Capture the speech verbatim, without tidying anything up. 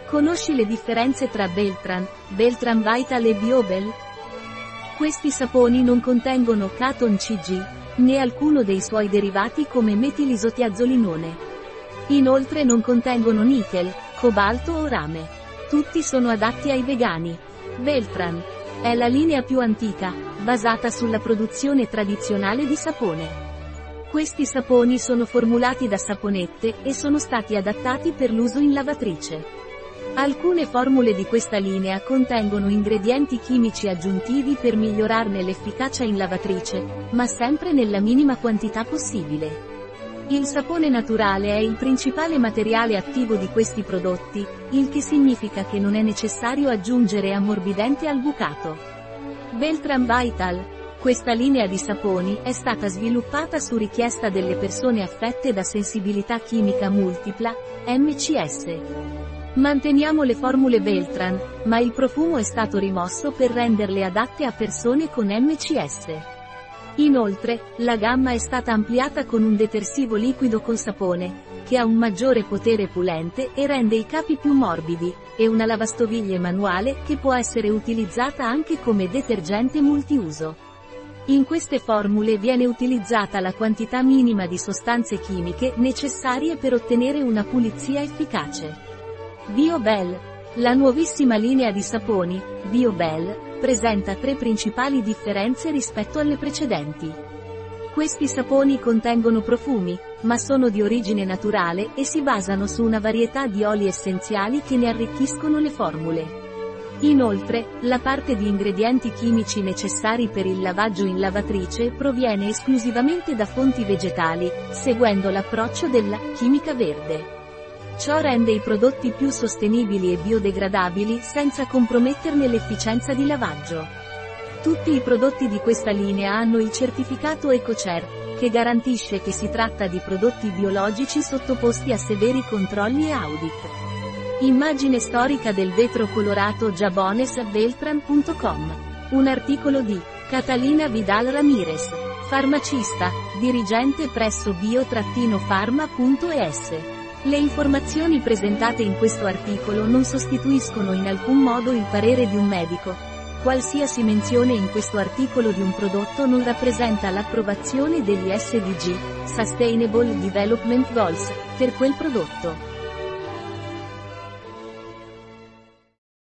Conosci le differenze tra Beltran, Beltran Vital e Biobel? Questi saponi non contengono Caton C G, né alcuno dei suoi derivati come metilisotiazolinone. Inoltre non contengono nichel, cobalto o rame. Tutti sono adatti ai vegani. Beltran è la linea più antica, basata sulla produzione tradizionale di sapone. Questi saponi sono formulati da saponette e sono stati adattati per l'uso in lavatrice. Alcune formule di questa linea contengono ingredienti chimici aggiuntivi per migliorarne l'efficacia in lavatrice, ma sempre nella minima quantità possibile. Il sapone naturale è il principale materiale attivo di questi prodotti, il che significa che non è necessario aggiungere ammorbidente al bucato. Beltran Vital. Questa linea di saponi è stata sviluppata su richiesta delle persone affette da sensibilità chimica multipla, M C S. Manteniamo le formule Beltran, ma il profumo è stato rimosso per renderle adatte a persone con M C S. Inoltre, la gamma è stata ampliata con un detersivo liquido con sapone, che ha un maggiore potere pulente e rende i capi più morbidi, e una lavastoviglie manuale che può essere utilizzata anche come detergente multiuso. In queste formule viene utilizzata la quantità minima di sostanze chimiche necessarie per ottenere una pulizia efficace. Biobel. La nuovissima linea di saponi, Biobel, presenta tre principali differenze rispetto alle precedenti. Questi saponi contengono profumi, ma sono di origine naturale e si basano su una varietà di oli essenziali che ne arricchiscono le formule. Inoltre, la parte di ingredienti chimici necessari per il lavaggio in lavatrice proviene esclusivamente da fonti vegetali, seguendo l'approccio della chimica verde. Ciò rende i prodotti più sostenibili e biodegradabili senza comprometterne l'efficienza di lavaggio. Tutti i prodotti di questa linea hanno il certificato EcoCert, che garantisce che si tratta di prodotti biologici sottoposti a severi controlli e audit. Immagine storica del vetro colorato Jabones Beltran punto com. Un articolo di Catalina Vidal Ramirez, farmacista, dirigente presso bio-pharma punto es. Le informazioni presentate in questo articolo non sostituiscono in alcun modo il parere di un medico. Qualsiasi menzione in questo articolo di un prodotto non rappresenta l'approvazione degli S D G, Sustainable Development Goals, per quel prodotto.